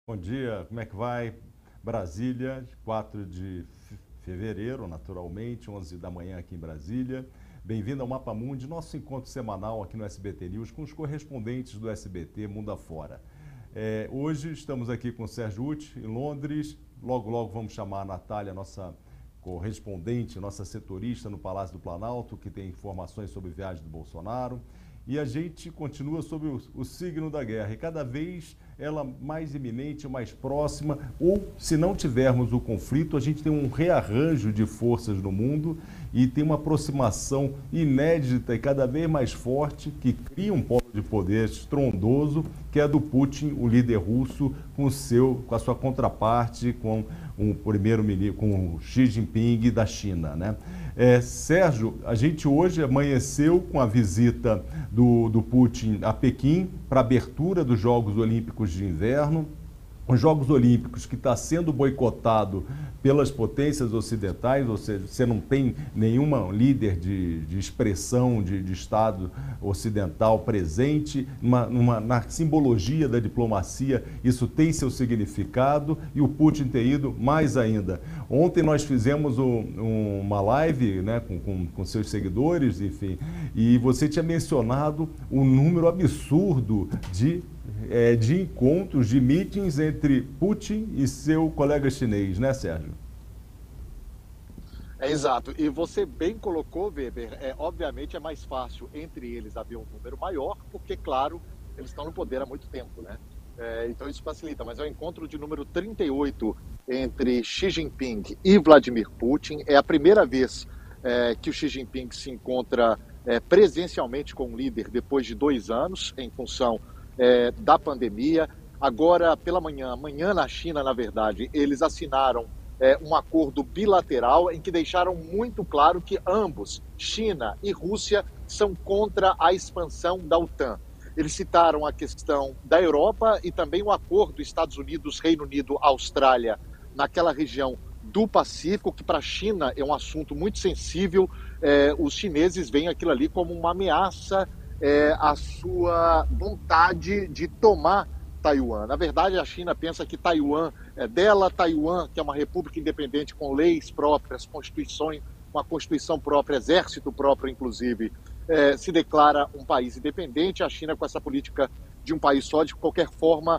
Bom dia, como é que vai? Brasília, 4 de fevereiro, naturalmente, 11 da manhã aqui em Brasília. Bem-vindo ao Mapa Mundi, nosso encontro semanal aqui no SBT News com os correspondentes do SBT Mundo Afora. Hoje estamos aqui com o Sérgio Uti, em Londres. Logo, logo vamos chamar a Natália, nossa correspondente, nossa setorista no Palácio do Planalto, que tem informações sobre a viagem do Bolsonaro. E a gente continua sobre o signo da guerra, e cada vez ela mais iminente, mais próxima, ou se não tivermos o conflito, a gente tem um rearranjo de forças no mundo e tem uma aproximação inédita e cada vez mais forte que cria um polo de poder estrondoso, que é a do Putin, o líder russo, com a sua contraparte, com o primeiro-ministro, com o Xi Jinping da China, né? Sérgio, a gente hoje amanheceu com a visita do Putin a Pequim para a abertura dos Jogos Olímpicos de Inverno. Os Jogos Olímpicos que está sendo boicotado pelas potências ocidentais, ou seja, você não tem nenhuma líder de expressão de Estado ocidental presente, na simbologia da diplomacia, isso tem seu significado e o Putin tem ido mais ainda. Ontem nós fizemos uma live, né, com seus seguidores, enfim, e você tinha mencionado um número absurdo de encontros, de meetings entre Putin e seu colega chinês, né, Sérgio? Exato. E você bem colocou, Weber, obviamente é mais fácil entre eles haver um número maior, porque, claro, eles estão no poder há muito tempo, né? Então isso facilita, mas é o encontro de número 38 entre Xi Jinping e Vladimir Putin. É a primeira vez que o Xi Jinping se encontra presencialmente com o líder depois de 2 anos, em função da pandemia. Agora, pela manhã, amanhã na China, na verdade, eles assinaram um acordo bilateral em que deixaram muito claro que ambos, China e Rússia, são contra a expansão da OTAN. Eles citaram a questão da Europa e também o acordo Estados Unidos, Reino Unido, Austrália, naquela região do Pacífico, que para a China é um assunto muito sensível. Os chineses veem aquilo ali como uma ameaça à sua vontade de tomar Taiwan. Na verdade, a China pensa que Taiwan é dela, Taiwan, que é uma república independente com leis próprias, uma constituição própria, exército próprio, inclusive, se declara um país independente. A China, com essa política de um país só, de qualquer forma,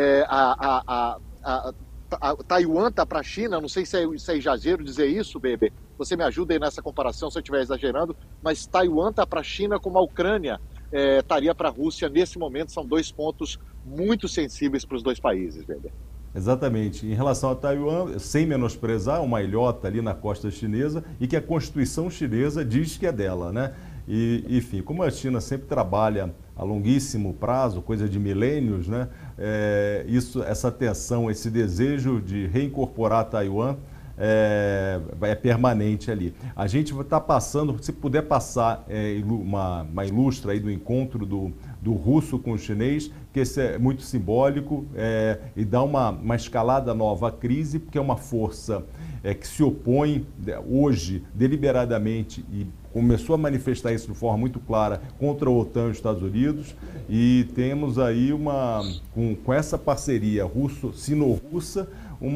Taiwan está para a China, não sei se é exagero dizer isso, Bebê, você me ajuda aí nessa comparação se eu estiver exagerando, mas Taiwan está para a China como a Ucrânia estaria para a Rússia nesse momento. São 2 pontos muito sensíveis para os 2 países, Weber. Exatamente. Em relação a Taiwan, sem menosprezar, uma ilhota ali na costa chinesa e que a Constituição chinesa diz que é dela, né? E, enfim, como a China sempre trabalha a longuíssimo prazo, coisa de milênios, né? Essa tensão, esse desejo de reincorporar Taiwan é permanente ali. A gente está passando, se puder passar uma ilustra aí do encontro do russo com o chinês, que esse é muito simbólico e dá uma escalada nova à crise, porque é uma força que se opõe hoje deliberadamente e começou a manifestar isso de forma muito clara contra a OTAN e os Estados Unidos, e temos aí com essa parceria sino-russa,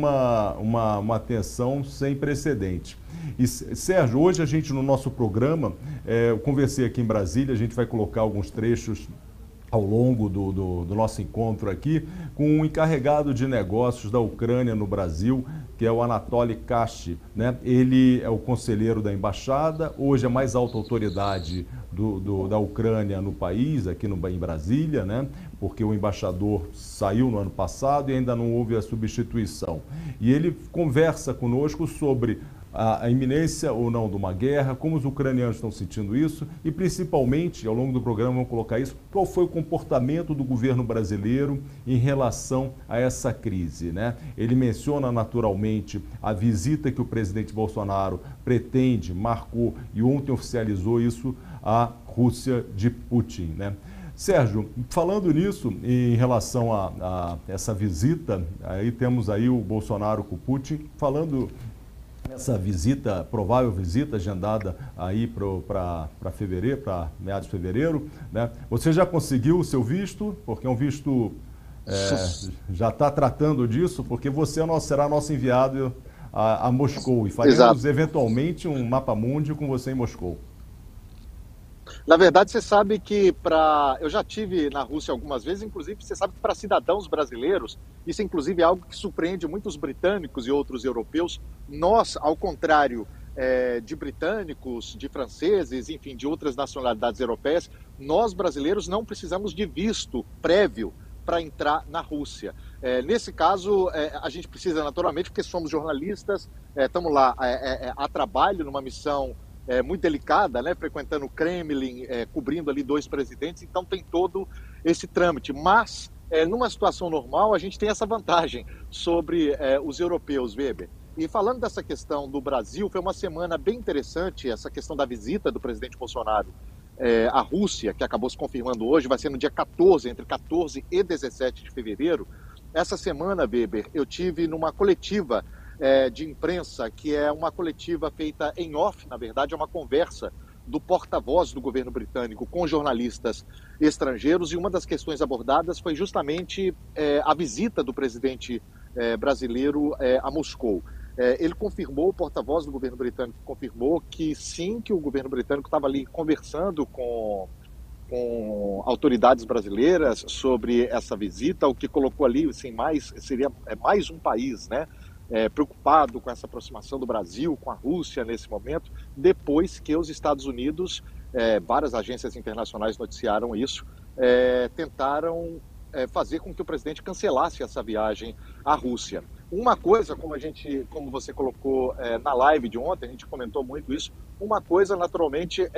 uma tensão sem precedente. E, Sérgio, hoje a gente no nosso programa, eu conversei aqui em Brasília, a gente vai colocar alguns trechos ao longo do nosso encontro aqui, com o encarregado de negócios da Ucrânia no Brasil, que é o Anatoly Kashi, né? Ele é o conselheiro da embaixada, hoje é a mais alta autoridade da Ucrânia no país, aqui em Brasília, né? Porque o embaixador saiu no ano passado e ainda não houve a substituição. E ele conversa conosco sobre a iminência ou não de uma guerra, como os ucranianos estão sentindo isso e, principalmente, ao longo do programa, vamos colocar isso, qual foi o comportamento do governo brasileiro em relação a essa crise, né? Ele menciona naturalmente a visita que o presidente Bolsonaro marcou e ontem oficializou isso à Rússia de Putin, né? Sérgio, falando nisso, em relação a essa visita, aí temos aí o Bolsonaro com o Putin falando essa visita, provável visita agendada aí para fevereiro, para meados de fevereiro, né? Você já conseguiu o seu visto? Porque é um visto já está tratando disso? Porque você será nosso enviado a Moscou e faremos Exato. eventualmente um mapa-mundi com você em Moscou. Na verdade, você sabe que eu já tive na Rússia algumas vezes, inclusive você sabe que para cidadãos brasileiros, isso inclusive é algo que surpreende muitos britânicos e outros europeus. Nós, ao contrário de britânicos, de franceses, enfim, de outras nacionalidades europeias, nós brasileiros não precisamos de visto prévio para entrar na Rússia. Nesse caso, a gente precisa naturalmente, porque somos jornalistas, estamos lá a trabalho numa missão muito delicada, né, frequentando o Kremlin, cobrindo ali 2 presidentes, então tem todo esse trâmite. Mas, numa situação normal, a gente tem essa vantagem sobre os europeus, Weber. E falando dessa questão do Brasil, foi uma semana bem interessante, essa questão da visita do presidente Bolsonaro à Rússia, que acabou se confirmando hoje, vai ser no dia 14, entre 14 e 17 de fevereiro. Essa semana, Weber, eu tive numa coletiva de imprensa, que é uma coletiva feita em off, na verdade, é uma conversa do porta-voz do governo britânico com jornalistas estrangeiros, e uma das questões abordadas foi justamente a visita do presidente brasileiro a Moscou. Ele confirmou, o porta-voz do governo britânico confirmou que sim, que o governo britânico estava ali conversando com autoridades brasileiras sobre essa visita, o que colocou ali, assim, seria mais um país, né, preocupado com essa aproximação do Brasil com a Rússia nesse momento, depois que os Estados Unidos, várias agências internacionais noticiaram isso, tentaram fazer com que o presidente cancelasse essa viagem à Rússia. Uma coisa, como você colocou na live de ontem, a gente comentou muito isso, uma coisa naturalmente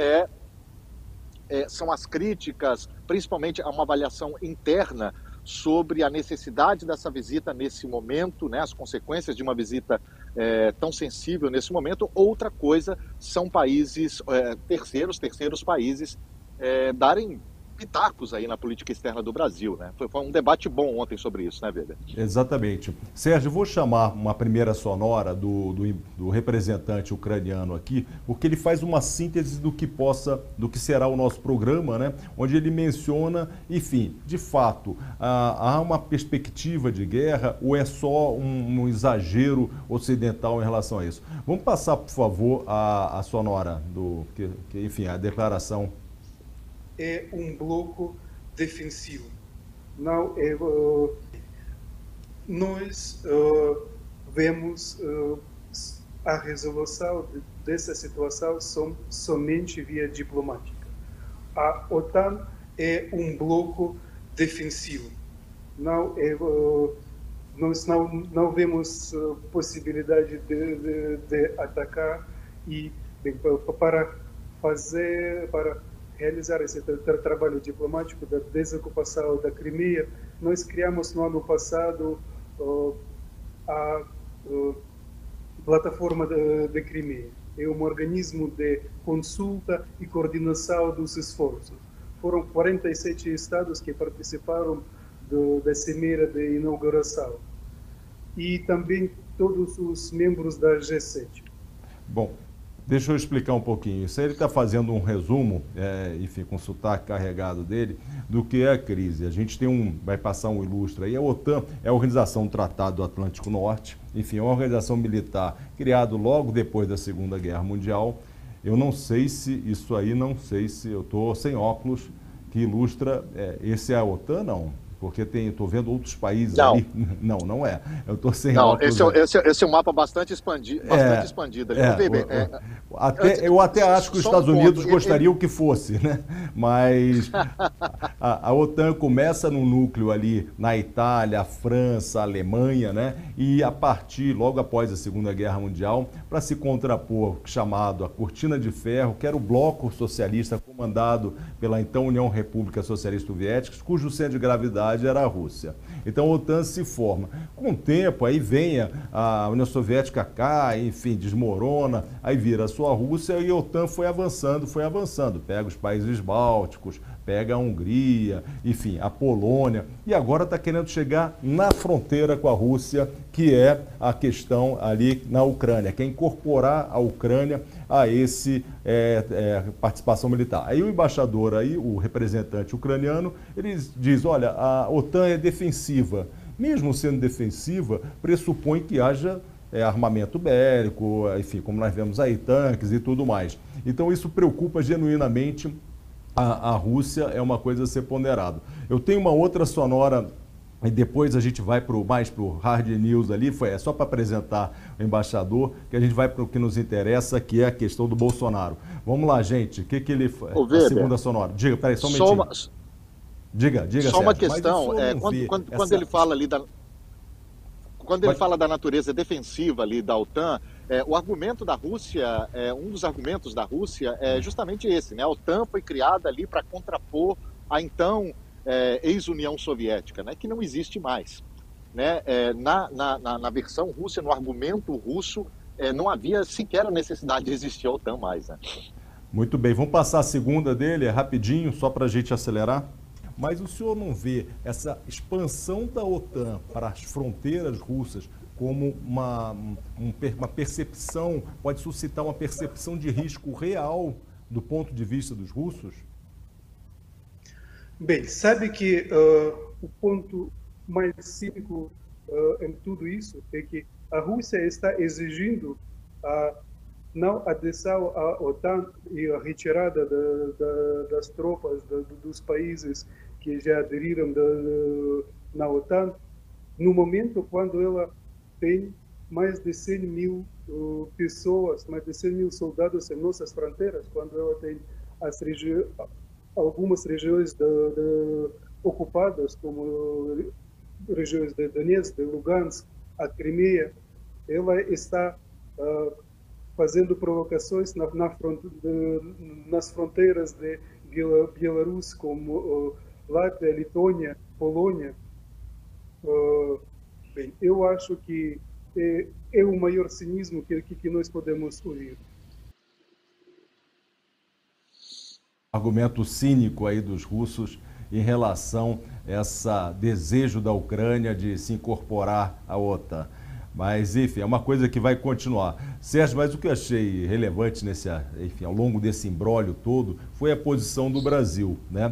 são as críticas, principalmente a uma avaliação interna sobre a necessidade dessa visita nesse momento, né, as consequências de uma visita tão sensível nesse momento. Outra coisa são países, terceiros países, darem pitacos aí na política externa do Brasil, né? Foi um debate bom ontem sobre isso, né, Weber? Exatamente. Sérgio, vou chamar uma primeira sonora do representante ucraniano aqui, porque ele faz uma síntese do que será o nosso programa, né? Onde ele menciona, enfim, de fato, há uma perspectiva de guerra ou é só um exagero ocidental em relação a isso? Vamos passar, por favor, a sonora enfim, a declaração. É um bloco defensivo. Não nós vemos a resolução dessa situação somente via diplomática. A OTAN é um bloco defensivo. Nós não vemos possibilidade de atacar e para realizar esse trabalho diplomático da desocupação da Crimeia, nós criamos no ano passado a plataforma de Crimeia. É um organismo de consulta e coordenação dos esforços. Foram 47 estados que participaram da cimeira de inauguração. E também todos os membros da G7. Bom, deixa eu explicar um pouquinho. Isso aí ele está fazendo um resumo, enfim, com o sotaque carregado dele, do que é a crise. A gente vai passar um ilustre aí. A OTAN é a Organização do Tratado do Atlântico Norte, enfim, é uma organização militar criada logo depois da Segunda Guerra Mundial. Eu não sei se isso aí, eu estou sem óculos, que ilustra, esse é a OTAN, não? Porque estou vendo outros países ali. Não é. Eu estou sem óculos. Esse é um mapa bastante expandido. Eu até acho que os Estados Unidos gostariam que fosse, né? Mas a OTAN começa no núcleo ali na Itália, a França, a Alemanha, né? E a partir, logo após a Segunda Guerra Mundial, para se contrapor, chamado a Cortina de Ferro, que era o bloco socialista comandado pela então União República Socialista Soviética, cujo centro de gravidade era a Rússia. Então a OTAN se forma. Com o tempo, aí vem a União Soviética cai, enfim, desmorona, aí vira a sua Rússia e a OTAN foi avançando. Pega os países bálticos, pega a Hungria, enfim, a Polônia, e agora está querendo chegar na fronteira com a Rússia, que é a questão ali na Ucrânia, quer incorporar a Ucrânia a esse participação militar. Aí o embaixador, o representante ucraniano, ele diz, olha, a OTAN é defensiva. defensiva. Mesmo sendo defensiva, pressupõe que haja armamento bélico, enfim, como nós vemos aí, tanques e tudo mais. Então isso preocupa genuinamente a Rússia, é uma coisa a ser ponderado. Eu tenho uma outra sonora, e depois a gente vai mais para o Hard News ali, é só para apresentar o embaixador, que a gente vai para o que nos interessa, que é a questão do Bolsonaro. Vamos lá, gente, o que ele... a segunda sonora. Diga, peraí, só um minutinho. Diga, só Sérgio. Uma questão, quando ele fala ali quando ele fala da natureza defensiva ali da OTAN, o argumento da Rússia, um dos argumentos da Rússia é justamente esse, né? A OTAN foi criada ali para contrapor a então ex-União Soviética, né? Que não existe mais. Né? Na versão russa, no argumento russo, não havia sequer a necessidade de existir a OTAN mais. Né? Muito bem, vamos passar a segunda dele, rapidinho, só para a gente acelerar. Mas o senhor não vê essa expansão da OTAN para as fronteiras russas como uma percepção, pode suscitar uma percepção de risco real do ponto de vista dos russos? Bem, sabe que o ponto mais cínico em tudo isso é que a Rússia está exigindo a não adesão à OTAN e a retirada das tropas dos países que já aderiram na OTAN, no momento quando ela tem mais de 100 mil pessoas, mais de 100 mil soldados em nossas fronteiras, quando ela tem algumas regiões ocupadas, como regiões de Donetsk, de Lugansk, a Crimeia, ela está fazendo provocações nas fronteiras de Bielorrússia, como Látvia, Letônia, Polônia. Bem, eu acho que é o maior cinismo que nós podemos ouvir. Argumento cínico aí dos russos em relação a esse desejo da Ucrânia de se incorporar à OTAN. Mas, enfim, é uma coisa que vai continuar. Sérgio, mas o que eu achei relevante ao longo desse imbróglio todo foi a posição do Brasil, né?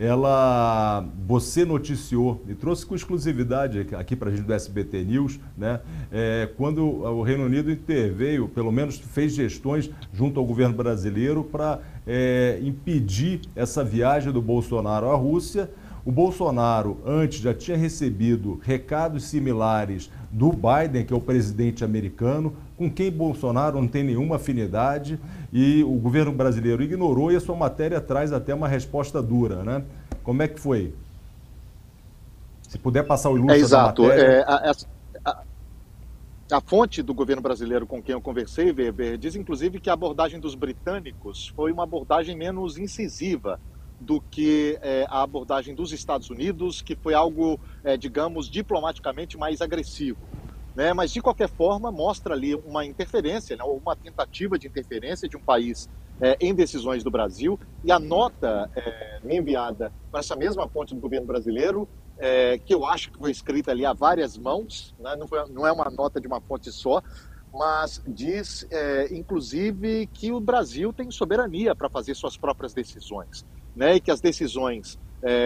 Você noticiou e trouxe com exclusividade aqui para a gente do SBT News, né? Quando o Reino Unido interveio, pelo menos fez gestões junto ao governo brasileiro para impedir essa viagem do Bolsonaro à Rússia. O Bolsonaro antes já tinha recebido recados similares do Biden, que é o presidente americano, com quem Bolsonaro não tem nenhuma afinidade, e o governo brasileiro ignorou, e a sua matéria traz até uma resposta dura, né? Como é que foi? Se puder passar o ilustre da matéria... A fonte do governo brasileiro com quem eu conversei, Weber, diz inclusive que a abordagem dos britânicos foi uma abordagem menos incisiva do que a abordagem dos Estados Unidos, que foi algo, digamos, diplomaticamente mais agressivo. Né? Mas, de qualquer forma, mostra ali uma interferência, né? Uma tentativa de interferência de um país em decisões do Brasil. E a nota me enviada com essa mesma fonte do governo brasileiro, que eu acho que foi escrita ali a várias mãos, né? Não é uma nota de uma fonte só, mas diz, inclusive, que o Brasil tem soberania para fazer suas próprias decisões, né? E que as decisões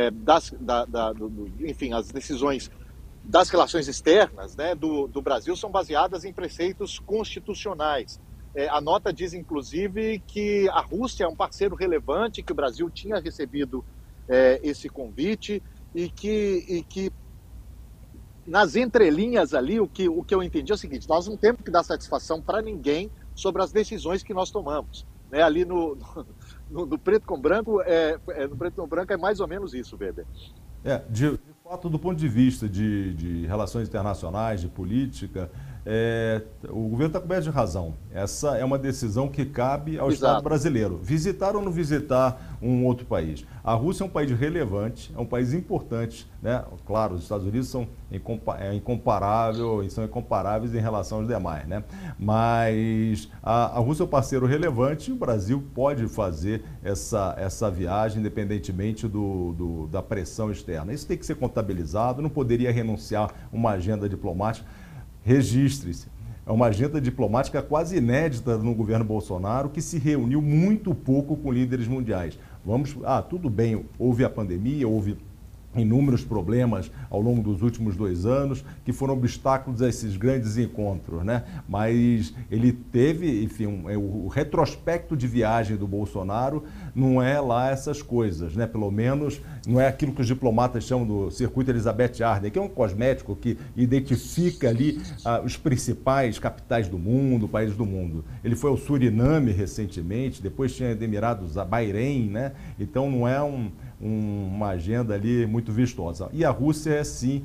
enfim, as decisões das relações externas, né, do Brasil são baseadas em preceitos constitucionais. A nota diz, inclusive, que a Rússia é um parceiro relevante, que o Brasil tinha recebido esse convite e que nas entrelinhas ali, o que eu entendi é o seguinte: nós não temos que dar satisfação para ninguém sobre as decisões que nós tomamos. Né? Ali no preto com branco, no preto com branco é mais ou menos isso, Weber. De fato, do ponto de vista de relações internacionais, de política, o governo está coberto de razão. Essa é uma decisão que cabe ao Estado brasileiro. Visitar ou não visitar um outro país. A Rússia é um país relevante, é um país importante, né? Claro, os Estados Unidos são incomparáveis em relação aos demais, né? Mas a Rússia é um parceiro relevante e o Brasil pode fazer essa viagem independentemente da pressão externa. Isso tem que ser contabilizado, não poderia renunciar a uma agenda diplomática. Registre-se. É uma agenda diplomática quase inédita no governo Bolsonaro, que se reuniu muito pouco com líderes mundiais. Tudo bem, houve a pandemia, houve inúmeros problemas ao longo dos últimos 2 anos, que foram obstáculos a esses grandes encontros, né? Mas ele teve, enfim, o retrospecto de viagem do Bolsonaro não é lá essas coisas, né? Pelo menos não é aquilo que os diplomatas chamam do circuito Elizabeth Arden, que é um cosmético que identifica ali os principais capitais do mundo, países do mundo. Ele foi ao Suriname recentemente, depois tinha Emirados, a Bahrein, né? Então não é uma agenda ali muito vistosa. E a Rússia é, sim,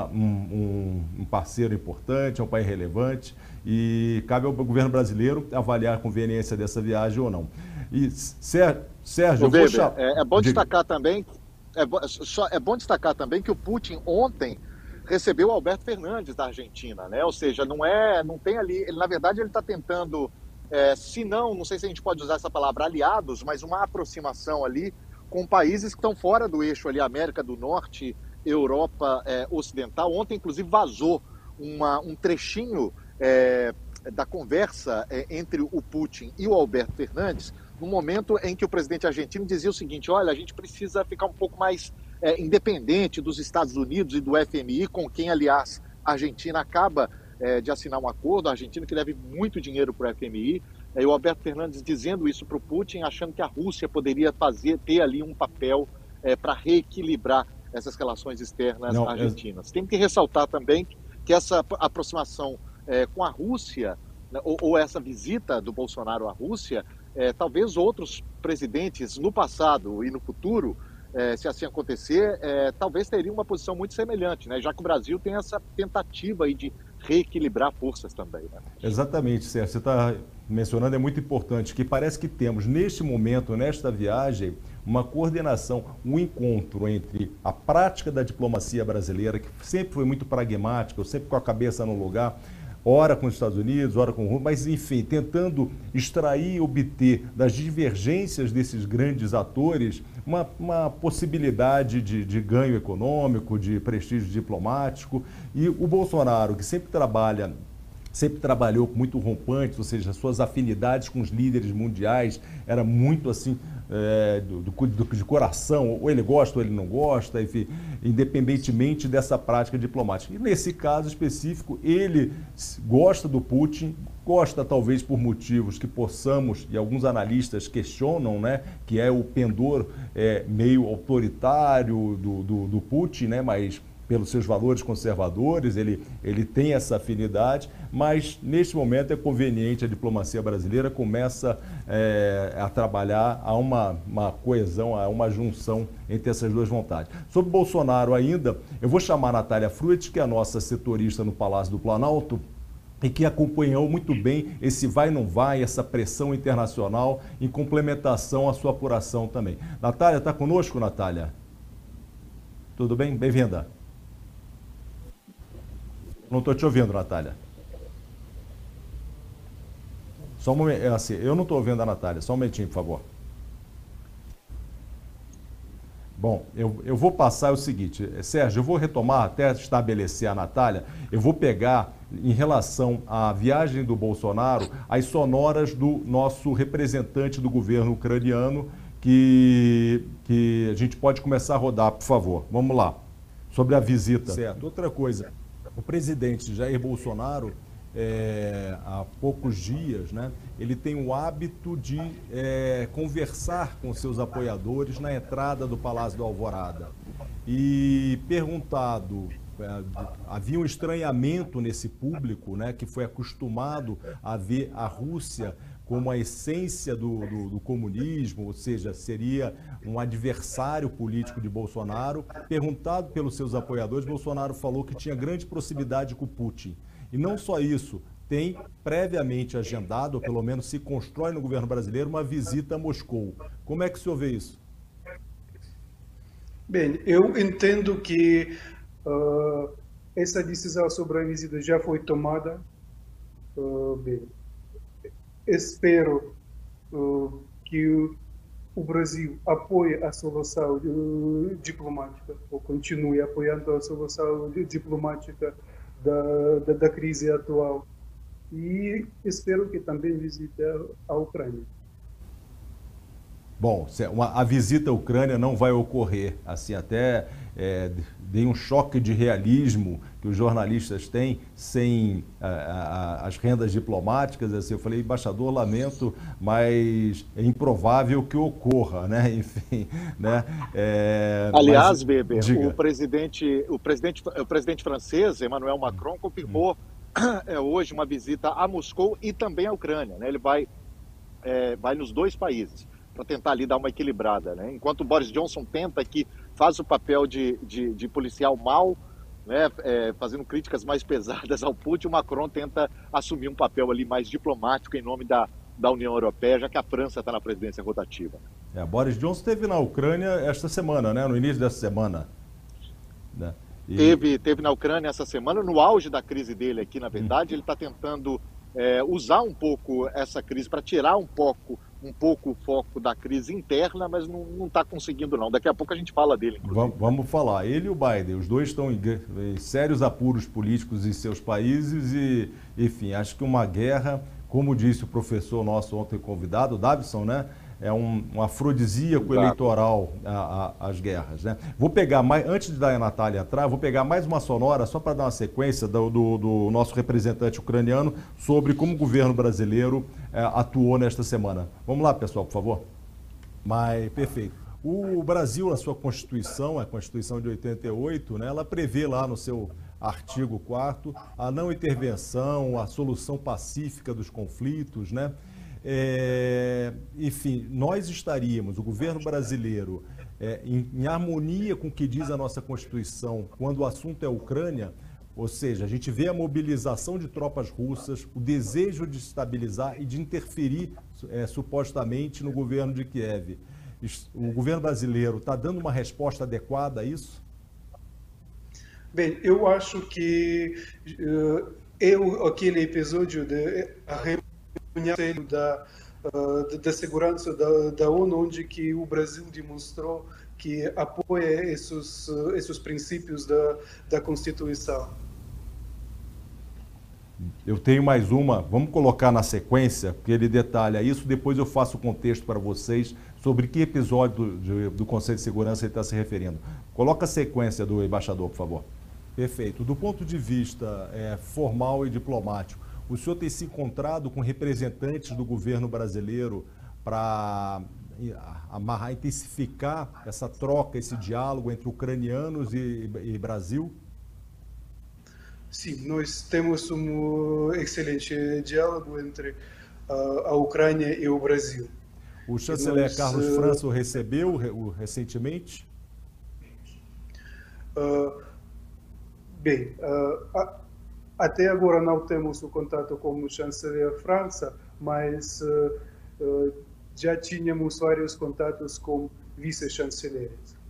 um parceiro importante, é um país relevante e cabe ao governo brasileiro avaliar a conveniência dessa viagem ou não. E, Sérgio, eu vou chamar... É bom destacar também, é bom destacar também que o Putin ontem recebeu o Alberto Fernandes da Argentina, né? Ou seja, não tem ali, na verdade ele está tentando, se não sei se a gente pode usar essa palavra, aliados, mas uma aproximação ali com países que estão fora do eixo ali, América do Norte, Europa Ocidental. Ontem, inclusive, vazou um trechinho da conversa entre o Putin e o Alberto Fernandes, no momento em que o presidente argentino dizia o seguinte: olha, a gente precisa ficar um pouco mais independente dos Estados Unidos e do FMI, com quem, aliás, a Argentina acaba de assinar um acordo, a Argentina que deve muito dinheiro para o FMI, e o Alberto Fernandes dizendo isso para o Putin, achando que a Rússia poderia ter ali um papel para reequilibrar essas relações externas argentinas. Tem que ressaltar também que essa aproximação com a Rússia, né, ou essa visita do Bolsonaro à Rússia, talvez outros presidentes no passado e no futuro, se assim acontecer, talvez teriam uma posição muito semelhante, né, já que o Brasil tem essa tentativa aí de reequilibrar forças também, né? Exatamente, Sérgio. Você está mencionando, é muito importante, que parece que temos, neste momento, nesta viagem, uma coordenação, um encontro entre a prática da diplomacia brasileira, que sempre foi muito pragmática, sempre com a cabeça no lugar, ora com os Estados Unidos, ora com o Rússia, mas, enfim, tentando extrair e obter das divergências desses grandes atores uma possibilidade de ganho econômico, de prestígio diplomático. E o Bolsonaro, que sempre trabalhou com muito rompantes, ou seja, suas afinidades com os líderes mundiais era muito assim, de coração, ou ele gosta ou ele não gosta, enfim, independentemente dessa prática diplomática. E nesse caso específico, ele gosta do Putin, gosta talvez por motivos que possamos, e alguns analistas questionam, né, que é o pendor meio autoritário do Putin, né, mas pelos seus valores conservadores, ele tem essa afinidade, mas neste momento é conveniente, a diplomacia brasileira começa a trabalhar a uma coesão, a uma junção entre essas duas vontades. Sobre Bolsonaro ainda, eu vou chamar a Natália Fruet, que é a nossa setorista no Palácio do Planalto, e que acompanhou muito bem esse vai não vai, essa pressão internacional em complementação à sua apuração também. Natália, está conosco, Natália? Tudo bem? Bem-vinda. Não estou te ouvindo, Natália. Só um momento, assim, eu não estou ouvindo a Natália, só um momentinho, por favor. Bom, eu vou passar o seguinte, Sérgio, eu vou retomar até estabelecer a Natália, eu vou pegar, em relação à viagem do Bolsonaro, as sonoras do nosso representante do governo ucraniano, que a gente pode começar a rodar, por favor. Vamos lá, sobre a visita. Certo. Outra coisa, o presidente Jair Bolsonaro, há poucos dias, né, ele tem o hábito de conversar com seus apoiadores na entrada do Palácio do Alvorada. E perguntado, havia um estranhamento nesse público, né, que foi acostumado a ver a Rússia como a essência do comunismo, ou seja, seria um adversário político de Bolsonaro. Perguntado pelos seus apoiadores, Bolsonaro falou que tinha grande proximidade com Putin. E não só isso, tem previamente agendado, ou pelo menos se constrói no governo brasileiro, uma visita a Moscou. Como é que o senhor vê isso? Bem, eu entendo que essa decisão sobre a visita já foi tomada. Bem, espero que o Brasil apoie a solução diplomática, ou continue apoiando a solução diplomática da crise atual. E espero que também visite a Ucrânia. Bom, a visita à Ucrânia não vai ocorrer. Assim, até dei um choque de realismo que os jornalistas têm sem as rendas diplomáticas. Assim, eu falei, embaixador, lamento, mas é improvável que ocorra, né? Enfim, né? Aliás, Weber, diga. o presidente francês, Emmanuel Macron, confirmou hoje uma visita a Moscou e também à Ucrânia, né? Ele vai nos dois países para tentar ali dar uma equilibrada, né? Enquanto o Boris Johnson tenta aqui, faz o papel de policial mau, né? Fazendo críticas mais pesadas ao Putin, o Macron tenta assumir um papel ali mais diplomático em nome da União Europeia, já que a França está na presidência rotativa. Boris Johnson esteve na Ucrânia esta semana, né? No início dessa semana. Né? Teve na Ucrânia essa semana, no auge da crise dele aqui, na verdade, ele está tentando usar um pouco essa crise para tirar um pouco o foco da crise interna, mas não está conseguindo não. Daqui a pouco a gente fala dele. Vamos falar. Ele e o Biden, os dois estão em sérios apuros políticos em seus países e, enfim, acho que uma guerra, como disse o professor nosso ontem convidado, o Davison, né? É um afrodisíaco eleitoral às guerras, né? Vou pegar mais, antes da Natália entrar, vou pegar mais uma sonora só para dar uma sequência do nosso representante ucraniano sobre como o governo brasileiro atuou nesta semana. Vamos lá, pessoal, por favor. Perfeito. O Brasil, na sua Constituição, a Constituição de 88, né, ela prevê lá no seu artigo 4º a não intervenção, a solução pacífica dos conflitos, né? Enfim, nós estaríamos, o governo brasileiro, em harmonia com o que diz a nossa Constituição, quando o assunto é a Ucrânia, ou seja, a gente vê a mobilização de tropas russas, o desejo de estabilizar e de interferir supostamente no governo de Kiev. O governo brasileiro está dando uma resposta adequada a isso? Bem, eu acho que aquele episódio da segurança da ONU, onde que o Brasil demonstrou que apoia esses princípios da Constituição. Eu tenho mais uma, vamos colocar na sequência, porque ele detalha isso, depois eu faço o contexto para vocês sobre que episódio do Conselho de Segurança ele está se referindo. Coloca a sequência do embaixador, por favor. Perfeito. Do ponto de vista formal e diplomático, o senhor tem se encontrado com representantes do governo brasileiro para intensificar essa troca, esse diálogo entre ucranianos e Brasil? Sim, nós temos um excelente diálogo entre a Ucrânia e o Brasil. O chanceler Carlos França o recebeu recentemente? Bem, até agora não temos o contato com o chanceler França, mas já tínhamos vários contatos com vice-chanceleres.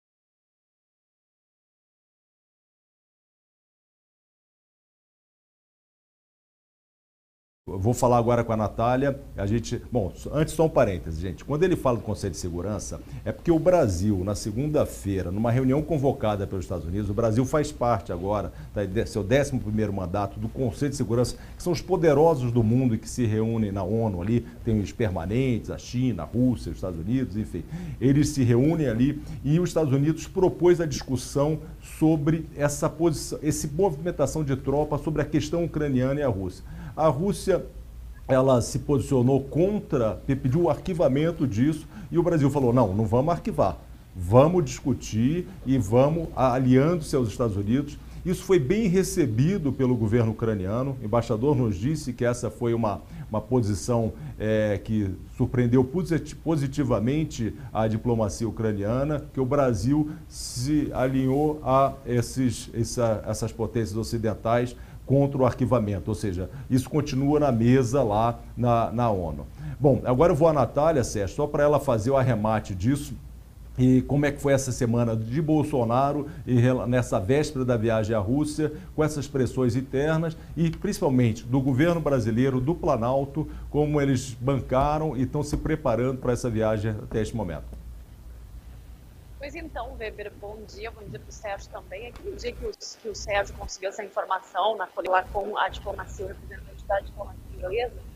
Eu vou falar agora com a Natália. Bom, antes só um parêntese, gente. Quando ele fala do Conselho de Segurança, é porque o Brasil, na segunda-feira, numa reunião convocada pelos Estados Unidos, o Brasil faz parte agora, seu 11º mandato do Conselho de Segurança, que são os poderosos do mundo e que se reúnem na ONU ali, tem os permanentes, a China, a Rússia, os Estados Unidos, enfim. Eles se reúnem ali e os Estados Unidos propôs a discussão sobre essa movimentação de tropa sobre a questão ucraniana e a Rússia. A Rússia, ela se posicionou contra, pediu o arquivamento disso e o Brasil falou, não vamos arquivar, vamos discutir e vamos aliando-se aos Estados Unidos. Isso foi bem recebido pelo governo ucraniano. O embaixador nos disse que essa foi uma posição que surpreendeu positivamente a diplomacia ucraniana, que o Brasil se alinhou a essas potências ocidentais contra o arquivamento, ou seja, isso continua na mesa lá na ONU. Bom, agora eu vou à Natália, Sérgio, só para ela fazer o arremate disso e como é que foi essa semana de Bolsonaro e nessa véspera da viagem à Rússia, com essas pressões internas e principalmente do governo brasileiro, do Planalto, como eles bancaram e estão se preparando para essa viagem até este momento. Pois então, Weber, bom dia para o Sérgio também. Aquele dia que o Sérgio conseguiu essa informação lá com a diplomacia, o representante da diplomacia inglesa,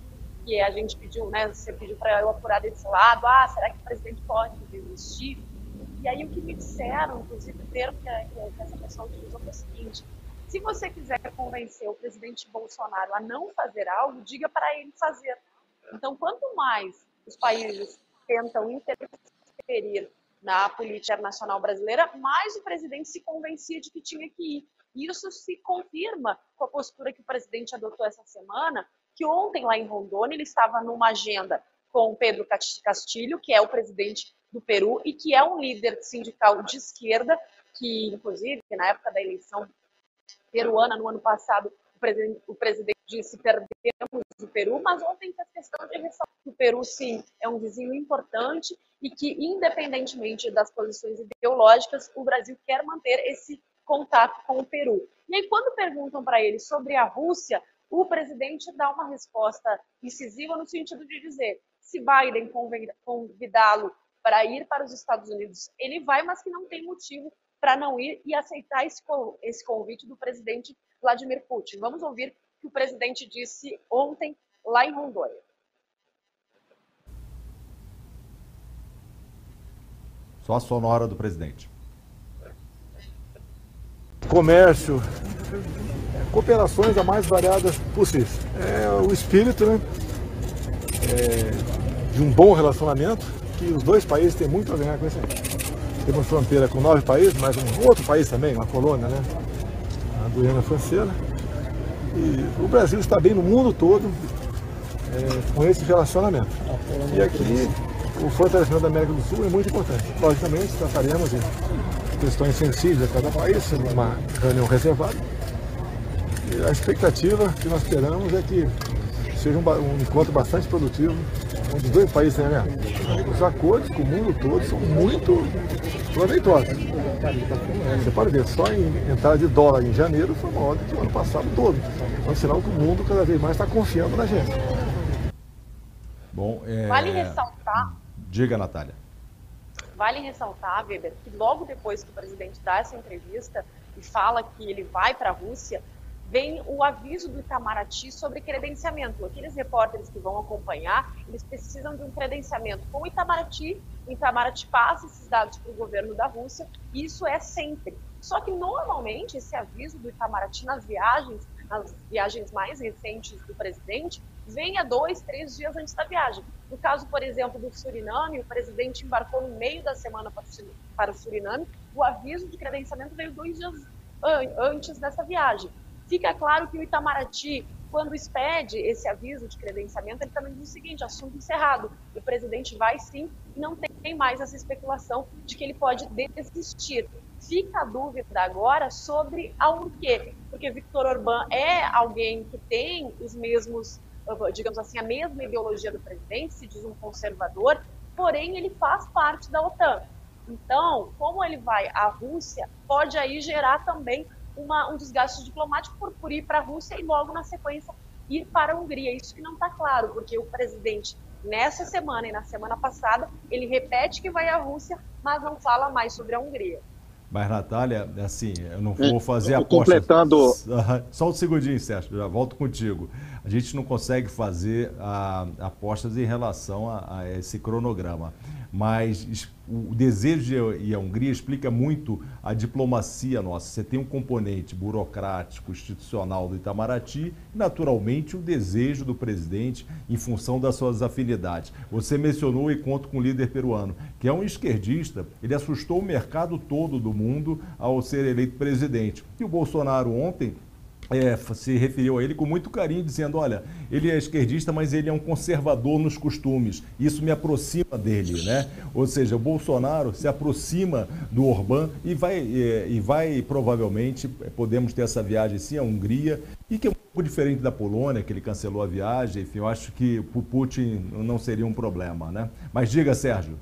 que a gente pediu, né, você pediu para eu apurar desse lado, será que o presidente pode desistir? E aí o que me disseram, inclusive o termo que essa pessoa utilizou foi o seguinte: se você quiser convencer o presidente Bolsonaro a não fazer algo, diga para ele fazer. Então, quanto mais os países tentam interferir na política internacional brasileira, mais o presidente se convencia de que tinha que ir. E isso se confirma com a postura que o presidente adotou essa semana, que ontem lá em Rondônia ele estava numa agenda com Pedro Castillo, que é o presidente do Peru e que é um líder sindical de esquerda, que inclusive na época da eleição peruana, no ano passado, o presidente disse: perdemos o Peru, mas ontem fez questão de ressaltar que o Peru, sim, é um vizinho importante e que, independentemente das posições ideológicas, o Brasil quer manter esse contato com o Peru. E aí, quando perguntam para ele sobre a Rússia, o presidente dá uma resposta incisiva no sentido de dizer: se Biden convidá-lo para ir para os Estados Unidos, ele vai, mas que não tem motivo para não ir e aceitar esse convite do presidente Vladimir Putin. Vamos ouvir o que o presidente disse ontem lá em Rondônia. Só a sonora do presidente. Comércio, cooperações a mais variadas possíveis. É o espírito, né, de um bom relacionamento, que os dois países têm muito a ganhar com isso aí. Temos fronteira com 9 países, mas um outro país também, uma colônia, né? A Guiana Francesa. E o Brasil está bem no mundo todo com esse relacionamento. E aqui o fortalecimento da América do Sul é muito importante. Logicamente, trataremos de questões sensíveis a cada país, numa reunião reservada. E a expectativa que nós esperamos é que seja um encontro bastante produtivo, onde os dois países tenham ganhado. Os acordos com o mundo todo são muito proveitosos. Você pode ver, só em entrada de dólar em janeiro foi maior do que o ano passado todo. É um sinal que o mundo cada vez mais está confiando na gente. Bom, Vale ressaltar... Diga, Natália. Vale ressaltar, Weber, que logo depois que o presidente dá essa entrevista e fala que ele vai para a Rússia, vem o aviso do Itamaraty sobre credenciamento. Aqueles repórteres que vão acompanhar, eles precisam de um credenciamento com o Itamaraty passa esses dados para o governo da Rússia, e isso é sempre. Só que, normalmente, esse aviso do Itamaraty nas viagens mais recentes do presidente, vem a 2, 3 dias antes da viagem. No caso, por exemplo, do Suriname, o presidente embarcou no meio da semana para o Suriname, o aviso de credenciamento veio 2 dias antes dessa viagem. Fica claro que o Itamaraty, quando expede esse aviso de credenciamento, ele também diz o seguinte: assunto encerrado. O presidente vai sim, e não tem mais essa especulação de que ele pode desistir. Fica a dúvida agora sobre ao quê? Porque Viktor Orbán é alguém que tem os mesmos, digamos assim, a mesma ideologia do presidente, se diz um conservador, porém ele faz parte da OTAN. Então, como ele vai à Rússia, pode aí gerar também um desgaste diplomático por ir para a Rússia e logo na sequência ir para a Hungria. Isso que não está claro, porque o presidente nessa semana e na semana passada, ele repete que vai à Rússia, mas não fala mais sobre a Hungria. Mas, Natália, assim, eu não vou fazer aposta. Completando... Só um segundinho, Sérgio, já volto contigo. A gente não consegue fazer apostas em relação a esse cronograma. Mas o desejo de ir à Hungria explica muito a diplomacia nossa. Você tem um componente burocrático, institucional do Itamaraty e, naturalmente, o desejo do presidente em função das suas afinidades. Você mencionou o encontro com o líder peruano, que é um esquerdista. Ele assustou o mercado todo do mundo ao ser eleito presidente. E o Bolsonaro ontem se referiu a ele com muito carinho, dizendo: olha, ele é esquerdista, mas ele é um conservador nos costumes. Isso me aproxima dele, né? Ou seja, o Bolsonaro se aproxima do Orbán e vai provavelmente, podemos ter essa viagem sim à Hungria, e que é um pouco diferente da Polônia, que ele cancelou a viagem. Enfim, eu acho que para o Putin não seria um problema, né? Mas diga, Sérgio.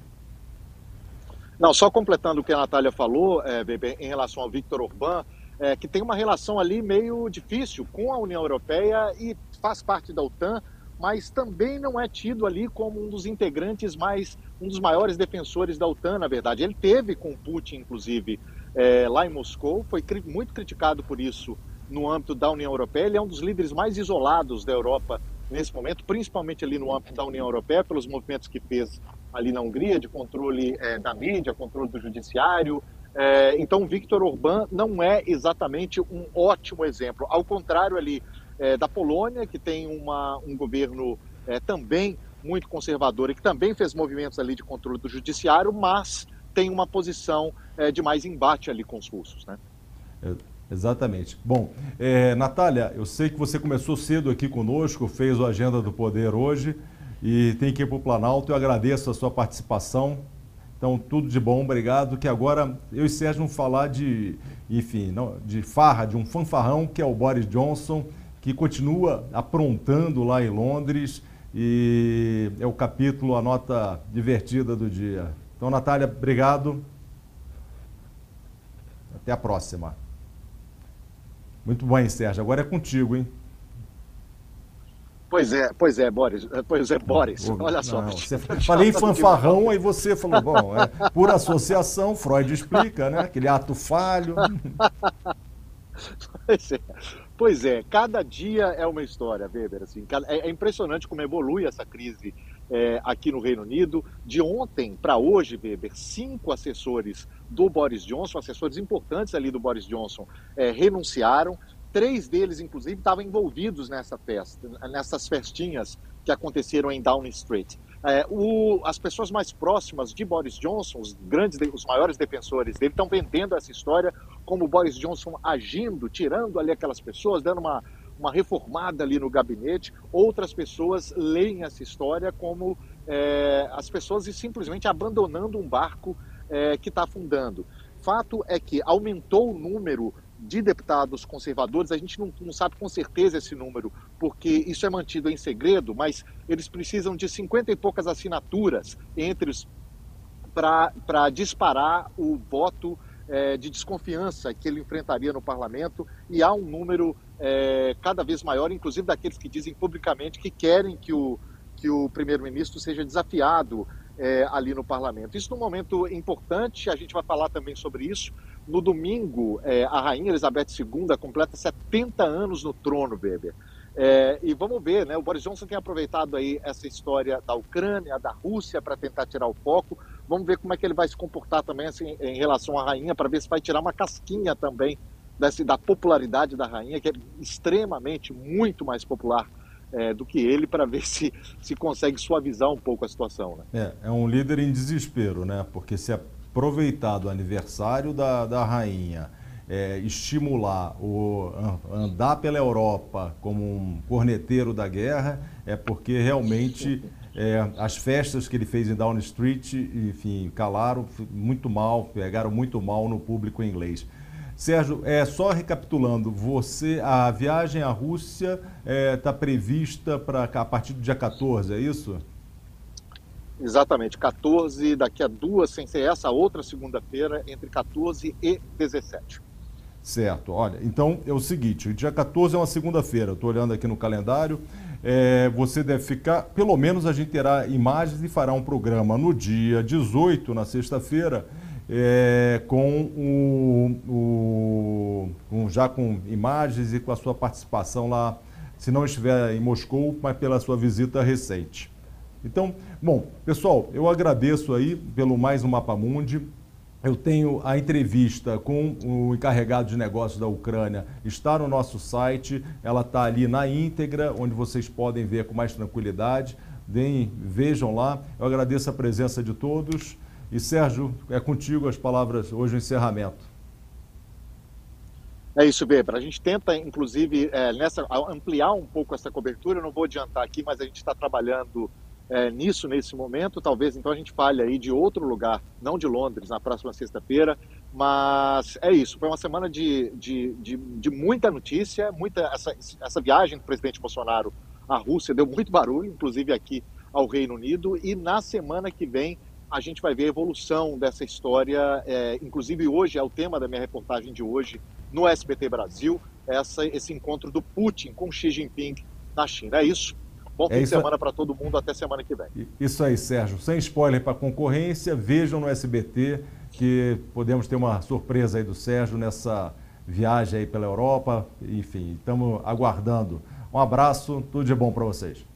Não, só completando o que a Natália falou, Weber, em relação ao Viktor Orbán, que tem uma relação ali meio difícil com a União Europeia e faz parte da OTAN, mas também não é tido ali como um dos integrantes um dos maiores defensores da OTAN, na verdade. Ele teve com o Putin, inclusive, lá em Moscou, foi muito criticado por isso no âmbito da União Europeia. Ele é um dos líderes mais isolados da Europa nesse momento, principalmente ali no âmbito da União Europeia, pelos movimentos que fez ali na Hungria, de controle da mídia, controle do judiciário. Então, Viktor Orbán não é exatamente um ótimo exemplo. Ao contrário ali da Polônia, que tem um governo também muito conservador e que também fez movimentos ali de controle do judiciário, mas tem uma posição de mais embate ali com os russos, né? Exatamente. Bom, Natália, eu sei que você começou cedo aqui conosco, fez o Agenda do Poder hoje e tem que ir para o Planalto. Eu agradeço a sua participação. Então, tudo de bom, obrigado. Que agora eu e Sérgio vamos falar de farra, de um fanfarrão que é o Boris Johnson, que continua aprontando lá em Londres e é o capítulo, a nota divertida do dia. Então, Natália, obrigado. Até a próxima. Muito bem, Sérgio. Agora é contigo, hein? Pois é, Boris. Olha só. Não, falei em fanfarrão, aí você falou, bom, por associação, Freud explica, né? Aquele ato falho. Pois é, cada dia é uma história, Weber. Assim, é impressionante como evolui essa crise aqui no Reino Unido. De ontem para hoje, Weber, 5 assessores do Boris Johnson, assessores importantes ali do Boris Johnson, renunciaram. 3 deles, inclusive, estavam envolvidos nessa festa, nessas festinhas que aconteceram em Downing Street. As pessoas mais próximas de Boris Johnson, os maiores defensores dele, estão vendendo essa história como o Boris Johnson agindo, tirando ali aquelas pessoas, dando uma reformada ali no gabinete. Outras pessoas leem essa história como as pessoas simplesmente abandonando um barco que está afundando. Fato é que aumentou o número de deputados conservadores. A gente não sabe com certeza esse número, porque isso é mantido em segredo, mas eles precisam de 50 e poucas assinaturas para disparar o voto de desconfiança que ele enfrentaria no parlamento, e há um número cada vez maior, inclusive daqueles que dizem publicamente que querem que o primeiro-ministro seja desafiado ali no parlamento. Isso num momento importante, a gente vai falar também sobre isso. No domingo, a rainha Elizabeth II completa 70 anos no trono, Weber. E vamos ver, né? O Boris Johnson tem aproveitado aí essa história da Ucrânia, da Rússia, para tentar tirar o foco. Vamos ver como é que ele vai se comportar também assim, em relação à rainha, para ver se vai tirar uma casquinha também da popularidade da rainha, que é extremamente, muito mais popular do que ele, para ver se consegue suavizar um pouco a situação, né? É um líder em desespero, né? Porque se aproveitar do aniversário da rainha, estimular andar pela Europa como um corneteiro da guerra, porque realmente as festas que ele fez em Downing Street, enfim, calaram muito mal, pegaram muito mal no público inglês. Sérgio, só recapitulando, a viagem à Rússia está prevista a partir do dia 14, é isso? Exatamente, 14, daqui a 2, sem ser essa outra segunda-feira, entre 14 e 17. Certo, olha, então é o seguinte, o dia 14 é uma segunda-feira, eu estou olhando aqui no calendário, você deve ficar, pelo menos a gente terá imagens e fará um programa no dia 18, na sexta-feira, já com imagens e com a sua participação lá, se não estiver em Moscou, mas pela sua visita recente. Então, bom, pessoal, eu agradeço aí pelo mais um Mapa Mundi. Eu tenho a entrevista com o encarregado de negócios da Ucrânia, está no nosso site, ela está ali na íntegra, onde vocês podem ver com mais tranquilidade. Vejam lá, eu agradeço a presença de todos. E Sérgio, é contigo as palavras, hoje o encerramento. É isso, Weber. A gente tenta, inclusive, ampliar um pouco essa cobertura. Eu não vou adiantar aqui, mas a gente está trabalhando nisso nesse momento. Talvez, então, a gente fale aí de outro lugar, não de Londres, na próxima sexta-feira. Mas é isso. Foi uma semana de muita notícia, essa viagem do presidente Bolsonaro à Rússia deu muito barulho, inclusive aqui ao Reino Unido. E na semana que vem, a gente vai ver a evolução dessa história, inclusive hoje é o tema da minha reportagem de hoje no SBT Brasil, esse encontro do Putin com Xi Jinping na China. É isso. Bom fim de semana para todo mundo, até semana que vem. Isso aí, Sérgio. Sem spoiler para a concorrência, vejam no SBT que podemos ter uma surpresa aí do Sérgio nessa viagem aí pela Europa. Enfim, estamos aguardando. Um abraço, tudo de bom para vocês.